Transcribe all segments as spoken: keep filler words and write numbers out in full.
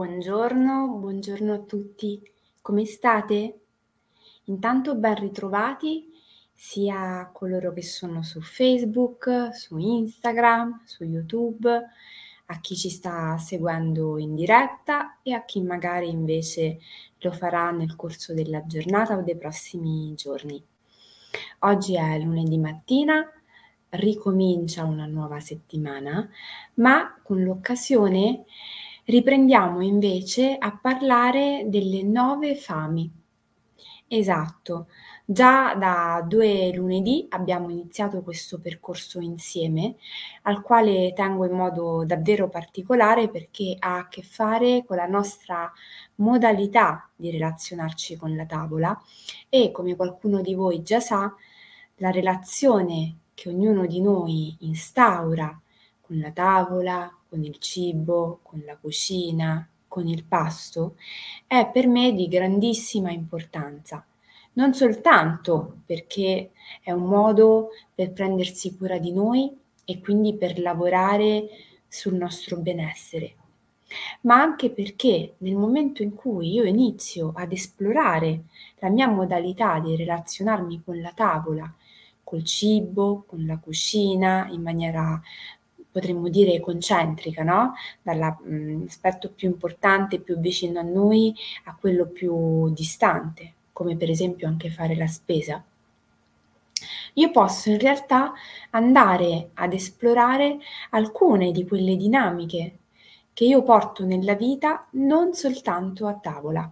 Buongiorno, buongiorno a tutti. Come state? Intanto ben ritrovati sia a coloro che sono su Facebook, su Instagram, su YouTube, a chi ci sta seguendo in diretta e a chi magari invece lo farà nel corso della giornata o dei prossimi giorni. Oggi è lunedì mattina, ricomincia una nuova settimana, ma con l'occasione riprendiamo invece a parlare delle nove fami. Esatto, già da due lunedì abbiamo iniziato questo percorso insieme, al quale tengo in modo davvero particolare perché ha a che fare con la nostra modalità di relazionarci con la tavola e, come qualcuno di voi già sa, la relazione che ognuno di noi instaura con la tavola, con il cibo, con la cucina, con il pasto, è per me di grandissima importanza. Non soltanto perché è un modo per prendersi cura di noi e quindi per lavorare sul nostro benessere, ma anche perché nel momento in cui io inizio ad esplorare la mia modalità di relazionarmi con la tavola, col cibo, con la cucina, in maniera potremmo dire concentrica, no, dalla mhmm, aspetto più importante, più vicino a noi, a quello più distante, come per esempio anche fare la spesa. Io posso in realtà andare ad esplorare alcune di quelle dinamiche che io porto nella vita non soltanto a tavola.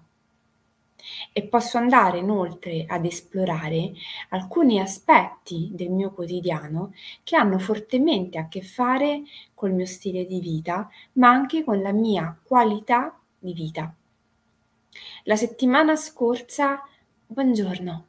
E posso andare inoltre ad esplorare alcuni aspetti del mio quotidiano che hanno fortemente a che fare col mio stile di vita, ma anche con la mia qualità di vita. La settimana scorsa, buongiorno,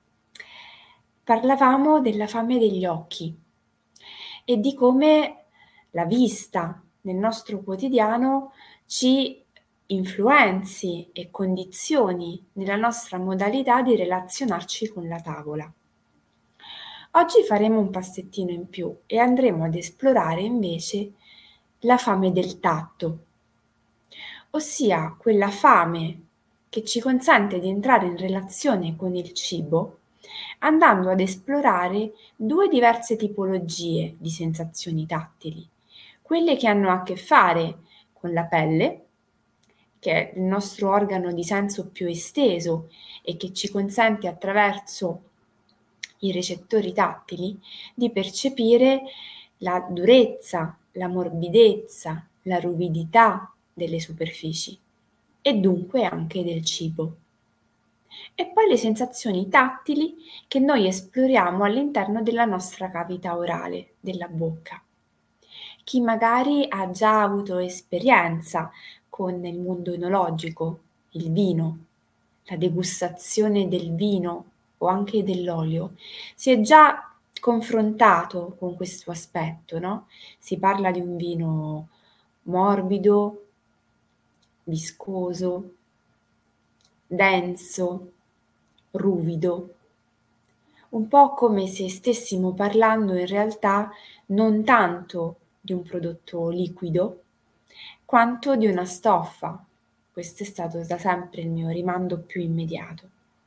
parlavamo della fame degli occhi e di come la vista nel nostro quotidiano ci influenzi e condizioni nella nostra modalità di relazionarci con la tavola. Oggi faremo un passettino in più e andremo ad esplorare invece la fame del tatto, ossia quella fame che ci consente di entrare in relazione con il cibo andando ad esplorare due diverse tipologie di sensazioni tattili, quelle che hanno a che fare con la pelle, che è il nostro organo di senso più esteso e che ci consente attraverso i recettori tattili di percepire la durezza, la morbidezza, la ruvidità delle superfici e dunque anche del cibo. E poi le sensazioni tattili che noi esploriamo all'interno della nostra cavità orale, della bocca. Chi magari ha già avuto esperienza con il mondo enologico, il vino, la degustazione del vino o anche dell'olio, si è già confrontato con questo aspetto, no? Si parla di un vino morbido, viscoso, denso, ruvido, un po' come se stessimo parlando in realtà non tanto di un prodotto liquido, quanto di una stoffa. Questo è stato da sempre il mio rimando più immediato.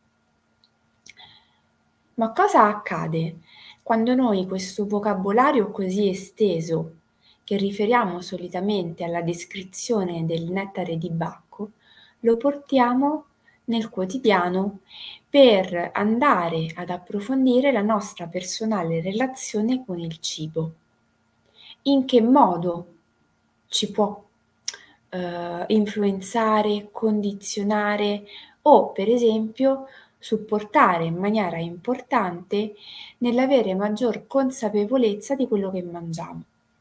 Ma cosa accade quando noi questo vocabolario così esteso, che riferiamo solitamente alla descrizione del nettare di Bacco, lo portiamo nel quotidiano per andare ad approfondire la nostra personale relazione con il cibo? In che modo ci può eh, influenzare, condizionare o, per esempio, supportare in maniera importante nell'avere maggior consapevolezza di quello che mangiamo.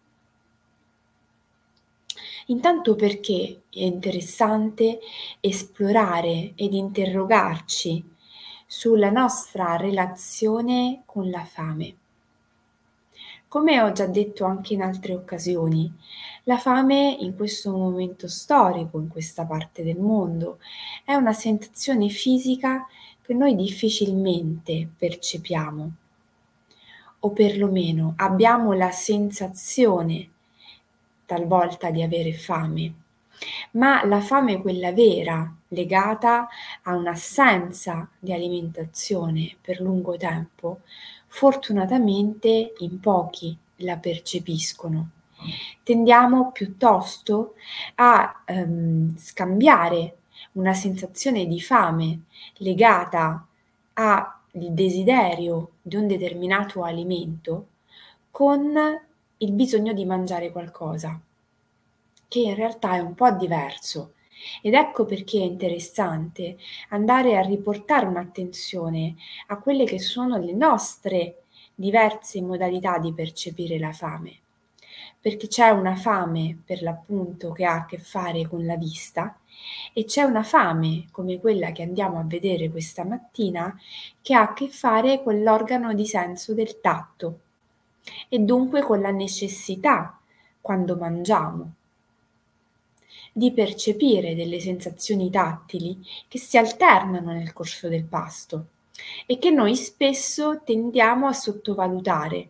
Intanto perché è interessante esplorare ed interrogarci sulla nostra relazione con la fame. Come ho già detto anche in altre occasioni, la fame in questo momento storico, in questa parte del mondo, è una sensazione fisica che noi difficilmente percepiamo, o perlomeno abbiamo la sensazione talvolta di avere fame, Ma la fame quella vera, legata a un'assenza di alimentazione per lungo tempo, fortunatamente in pochi la percepiscono. Tendiamo piuttosto a, ehm, scambiare una sensazione di fame legata a il desiderio di un determinato alimento con il bisogno di mangiare qualcosa, che in realtà è un po' diverso. Ed ecco perché è interessante andare a riportare un'attenzione a quelle che sono le nostre diverse modalità di percepire la fame. Perché c'è una fame, per l'appunto, che ha a che fare con la vista e c'è una fame, come quella che andiamo a vedere questa mattina, che ha a che fare con l'organo di senso del tatto e dunque con la necessità, quando mangiamo, di percepire delle sensazioni tattili che si alternano nel corso del pasto e che noi spesso tendiamo a sottovalutare.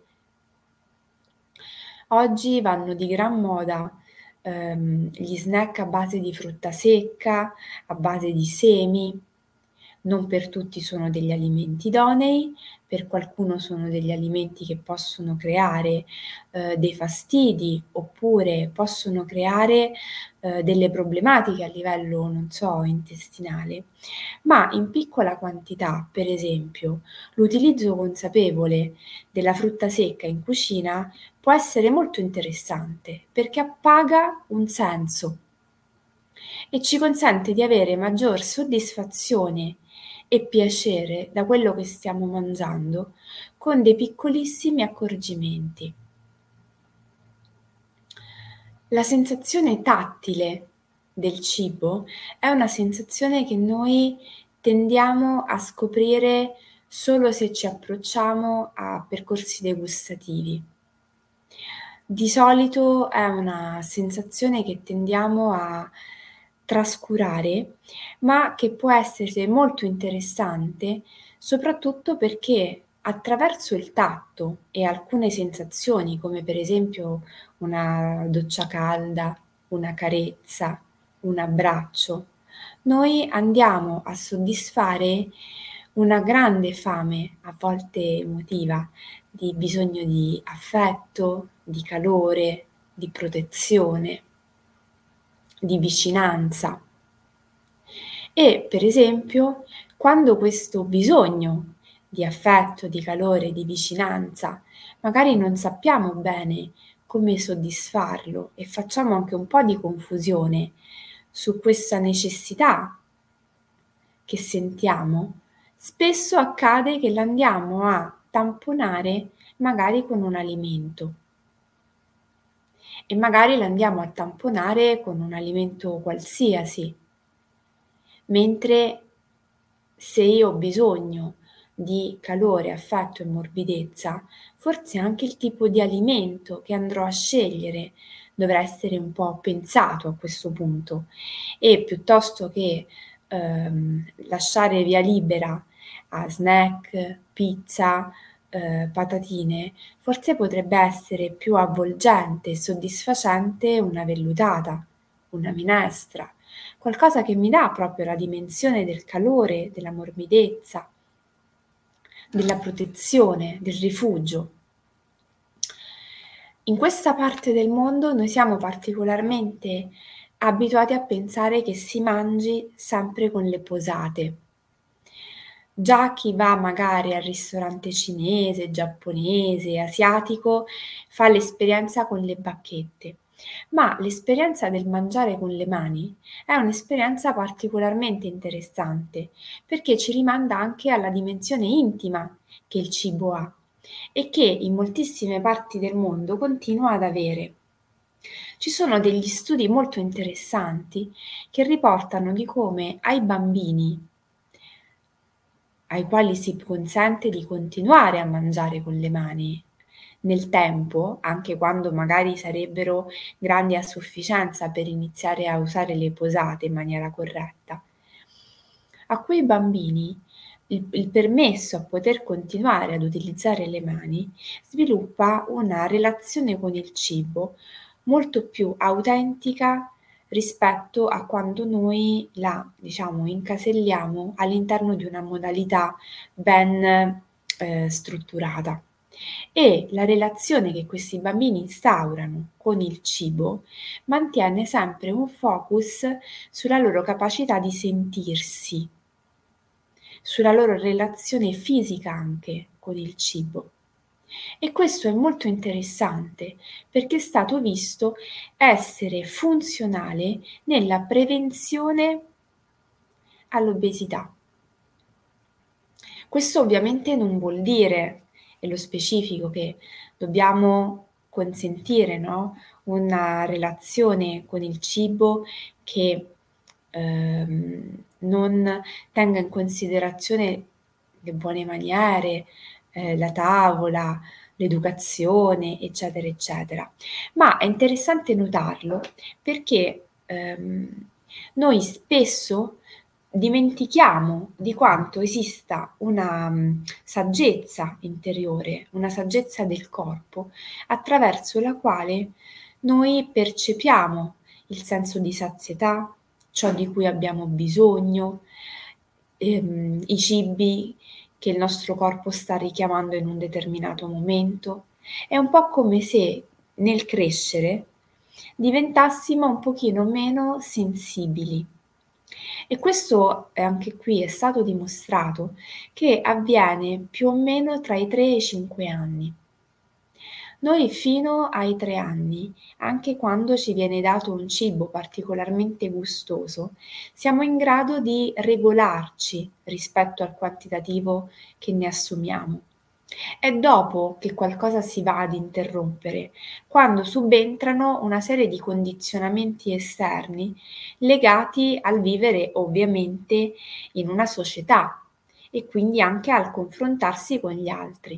Oggi vanno di gran moda, ehm, gli snack a base di frutta secca, a base di semi. Non per tutti sono degli alimenti idonei, per qualcuno sono degli alimenti che possono creare, ehm, dei fastidi, oppure possono creare, ehm, delle problematiche a livello, non so, intestinale. Ma in piccola quantità, per esempio, l'utilizzo consapevole della frutta secca in cucina può essere molto interessante, perché appaga un senso e ci consente di avere maggior soddisfazione e piacere da quello che stiamo mangiando con dei piccolissimi accorgimenti. La sensazione tattile del cibo è una sensazione che noi tendiamo a scoprire solo se ci approcciamo a percorsi degustativi. Di solito è una sensazione che tendiamo a trascurare, ma che può essere molto interessante, soprattutto perché attraverso il tatto e alcune sensazioni, come per esempio una doccia calda, una carezza, un abbraccio, noi andiamo a soddisfare una grande fame, a volte emotiva, di bisogno di affetto, di calore, di protezione, di vicinanza. E per esempio, quando questo bisogno di affetto, di calore, di vicinanza, magari non sappiamo bene come soddisfarlo e facciamo anche un po' di confusione su questa necessità che sentiamo, spesso accade che l'andiamo a tamponare magari con un alimento e magari l'andiamo a tamponare con un alimento qualsiasi, mentre se io ho bisogno di calore, affetto e morbidezza, forse anche il tipo di alimento che andrò a scegliere dovrà essere un po' pensato a questo punto e piuttosto che ehm, lasciare via libera a snack, pizza, eh, patatine, forse potrebbe essere più avvolgente e soddisfacente una vellutata, una minestra, qualcosa che mi dà proprio la dimensione del calore, della morbidezza, della protezione, del rifugio. In questa parte del mondo noi siamo particolarmente abituati a pensare che si mangi sempre con le posate. Già chi va magari al ristorante cinese, giapponese, asiatico fa l'esperienza con le bacchette, ma l'esperienza del mangiare con le mani è un'esperienza particolarmente interessante perché ci rimanda anche alla dimensione intima che il cibo ha e che in moltissime parti del mondo continua ad avere. Ci sono degli studi molto interessanti che riportano di come ai bambini ai quali si consente di continuare a mangiare con le mani nel tempo, anche quando magari sarebbero grandi a sufficienza per iniziare a usare le posate in maniera corretta. A quei bambini il, il permesso a poter continuare ad utilizzare le mani sviluppa una relazione con il cibo molto più autentica rispetto a quando noi la, diciamo, incaselliamo all'interno di una modalità ben, ehm, strutturata. E la relazione che questi bambini instaurano con il cibo mantiene sempre un focus sulla loro capacità di sentirsi, sulla loro relazione fisica anche con il cibo. E questo è molto interessante perché è stato visto essere funzionale nella prevenzione all'obesità. Questo ovviamente non vuol dire, nello specifico, che dobbiamo consentire, no, una relazione con il cibo che, ehm, non tenga in considerazione le buone maniere, ehm, la tavola, l'educazione, eccetera, eccetera. Ma è interessante notarlo perché, ehm, noi spesso dimentichiamo di quanto esista una, mhmm, saggezza interiore, una saggezza del corpo, attraverso la quale noi percepiamo il senso di sazietà, ciò di cui abbiamo bisogno, ehm, i cibi che il nostro corpo sta richiamando in un determinato momento. È un po' come se nel crescere diventassimo un pochino meno sensibili. E questo, ehm, anche qui è stato dimostrato che avviene più o meno tra i tre e i cinque anni. Noi fino ai tre anni, anche quando ci viene dato un cibo particolarmente gustoso, siamo in grado di regolarci rispetto al quantitativo che ne assumiamo. È dopo che qualcosa si va ad interrompere, quando subentrano una serie di condizionamenti esterni legati al vivere ovviamente in una società e quindi anche al confrontarsi con gli altri.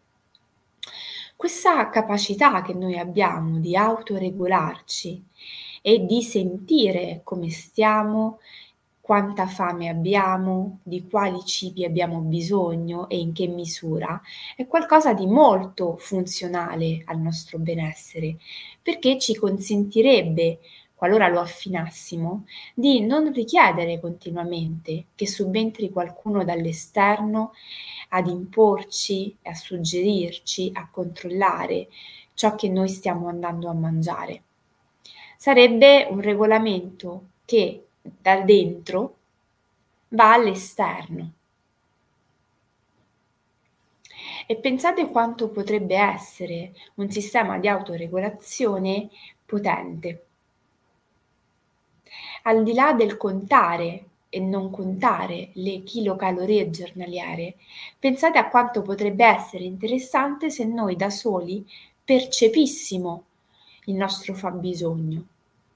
Questa capacità che noi abbiamo di autoregolarci e di sentire come stiamo, quanta fame abbiamo, di quali cibi abbiamo bisogno e in che misura, è qualcosa di molto funzionale al nostro benessere, perché ci consentirebbe, qualora lo affinassimo, di non richiedere continuamente che subentri qualcuno dall'esterno ad imporci, a suggerirci, a controllare ciò che noi stiamo andando a mangiare. Sarebbe un regolamento che da dentro va all'esterno. E pensate quanto potrebbe essere un sistema di autoregolazione potente. Al di là del contare e non contare le chilocalorie giornaliere, pensate a quanto potrebbe essere interessante se noi da soli percepissimo il nostro fabbisogno.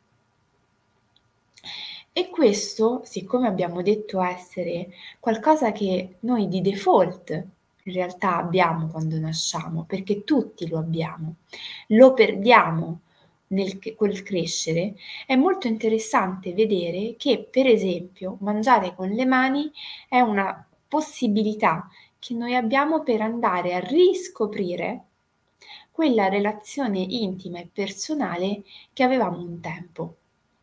E questo, siccome abbiamo detto essere qualcosa che noi di default in realtà abbiamo quando nasciamo, perché tutti lo abbiamo, lo perdiamo nel c col crescere, è molto interessante vedere che, per esempio, mangiare con le mani è una possibilità che noi abbiamo per andare a riscoprire quella relazione intima e personale che avevamo un tempo.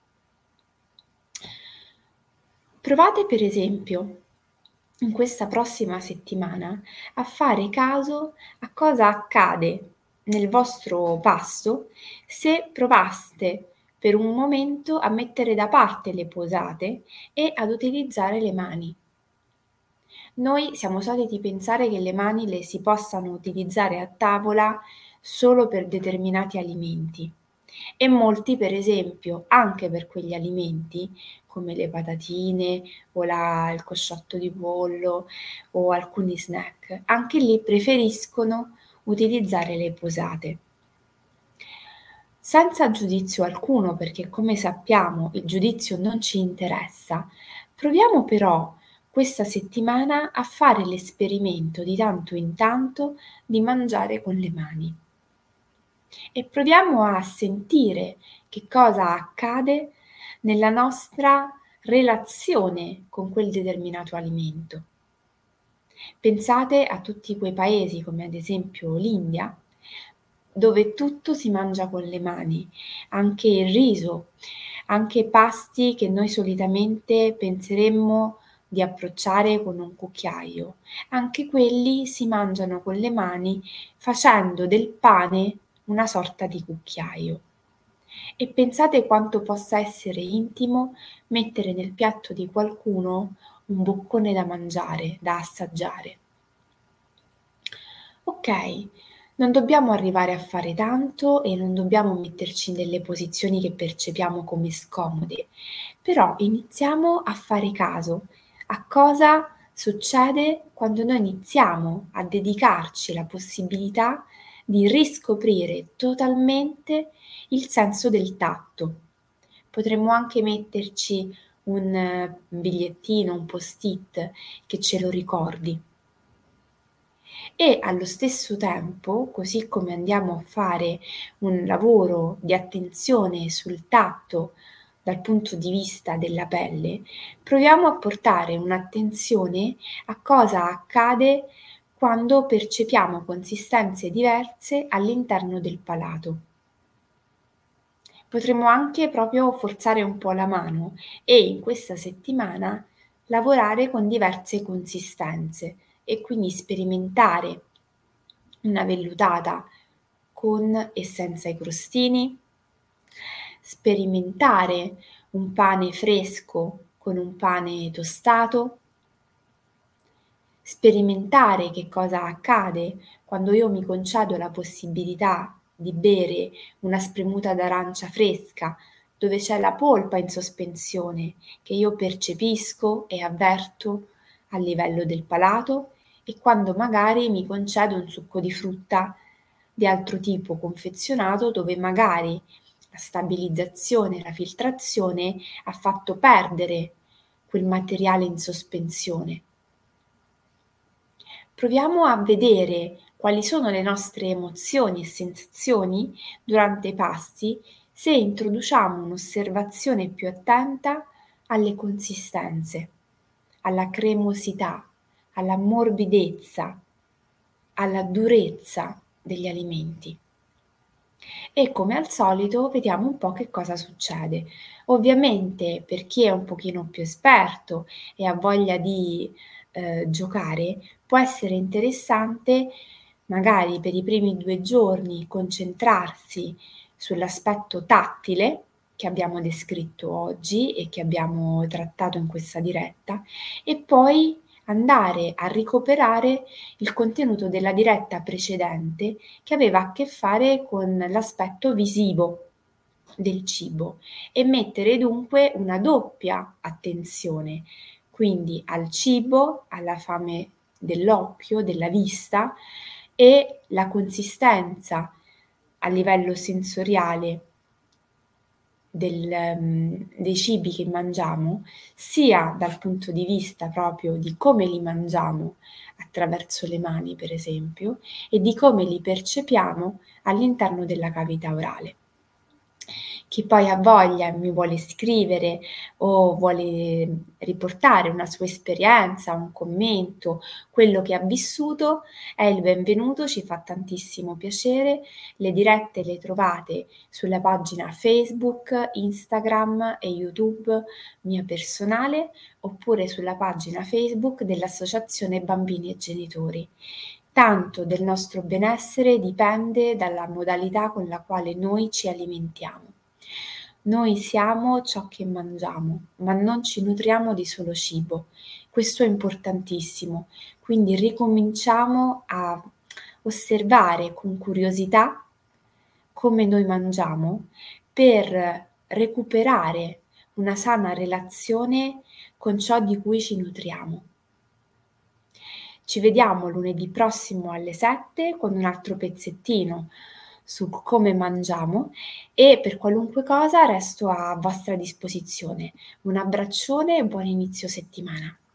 Provate per esempio, in questa prossima settimana, a fare caso a cosa accade nel vostro pasto se provaste per un momento a mettere da parte le posate e ad utilizzare le mani. Noi siamo soliti pensare che le mani le si possano utilizzare a tavola solo per determinati alimenti e molti, per esempio, anche per quegli alimenti, come le patatine o la il cosciotto di pollo o alcuni snack, anche lì preferiscono utilizzare le posate. Senza giudizio alcuno, perché come sappiamo il giudizio non ci interessa, proviamo però questa settimana a fare l'esperimento di tanto in tanto di mangiare con le mani e proviamo a sentire che cosa accade nella nostra relazione con quel determinato alimento. Pensate a tutti quei paesi, come ad esempio l'India, dove tutto si mangia con le mani, anche il riso, Anche pasti che noi solitamente penseremmo di approcciare con un cucchiaio, anche quelli si mangiano con le mani facendo del pane una sorta di cucchiaio. E pensate quanto possa essere intimo mettere nel piatto di qualcuno un boccone da mangiare, da assaggiare. Okay, non dobbiamo arrivare a fare tanto e non dobbiamo metterci in delle posizioni che percepiamo come scomode, però iniziamo a fare caso a cosa succede quando noi iniziamo a dedicarci la possibilità di riscoprire totalmente il senso del tatto. Potremmo anche metterci un eh, bigliettino, un post-it che ce lo ricordi. E allo stesso tempo, così come andiamo a fare un lavoro di attenzione sul tatto dal punto di vista della pelle, proviamo a portare un'attenzione a cosa accade quando percepiamo consistenze diverse all'interno del palato. Potremmo anche proprio forzare un po' la mano e in questa settimana lavorare con diverse consistenze e quindi sperimentare una vellutata con e senza i crostini, sperimentare un pane fresco con un pane tostato, sperimentare che cosa accade quando io mi concedo la possibilità di bere una spremuta d'arancia fresca, dove c'è la polpa in sospensione che io percepisco e avverto a livello del palato, e quando magari mi concedo un succo di frutta di altro tipo confezionato, dove magari la stabilizzazione, la filtrazione ha fatto perdere quel materiale in sospensione. Proviamo a vedere quali sono le nostre emozioni e sensazioni durante i pasti se introduciamo un'osservazione più attenta alle consistenze, alla cremosità, alla morbidezza, alla durezza degli alimenti. E come al solito vediamo un po' che cosa succede. Ovviamente per chi è un pochino più esperto e ha voglia di, ehm, giocare, può essere interessante magari per i primi due giorni concentrarsi sull'aspetto tattile che abbiamo descritto oggi e che abbiamo trattato in questa diretta, e poi andare a recuperare il contenuto della diretta precedente che aveva a che fare con l'aspetto visivo del cibo e mettere dunque una doppia attenzione, quindi al cibo, alla fame dell'occhio, della vista, e la consistenza a livello sensoriale del, mhmm, dei cibi che mangiamo, sia dal punto di vista proprio di come li mangiamo, attraverso le mani per esempio, e di come li percepiamo all'interno della cavità orale. Chi poi ha voglia e mi vuole scrivere o vuole riportare una sua esperienza, un commento, quello che ha vissuto, è il benvenuto, ci fa tantissimo piacere. Le dirette le trovate sulla pagina Facebook, Instagram e YouTube mia personale, oppure sulla pagina Facebook dell'Associazione Bambini e Genitori. Tanto del nostro benessere dipende dalla modalità con la quale noi ci alimentiamo. Noi siamo ciò che mangiamo, ma non ci nutriamo di solo cibo. Questo è importantissimo. Quindi ricominciamo a osservare con curiosità come noi mangiamo per recuperare una sana relazione con ciò di cui ci nutriamo. Ci vediamo lunedì prossimo alle sette con un altro pezzettino su come mangiamo, e per qualunque cosa resto a vostra disposizione. Un abbraccione e buon inizio settimana.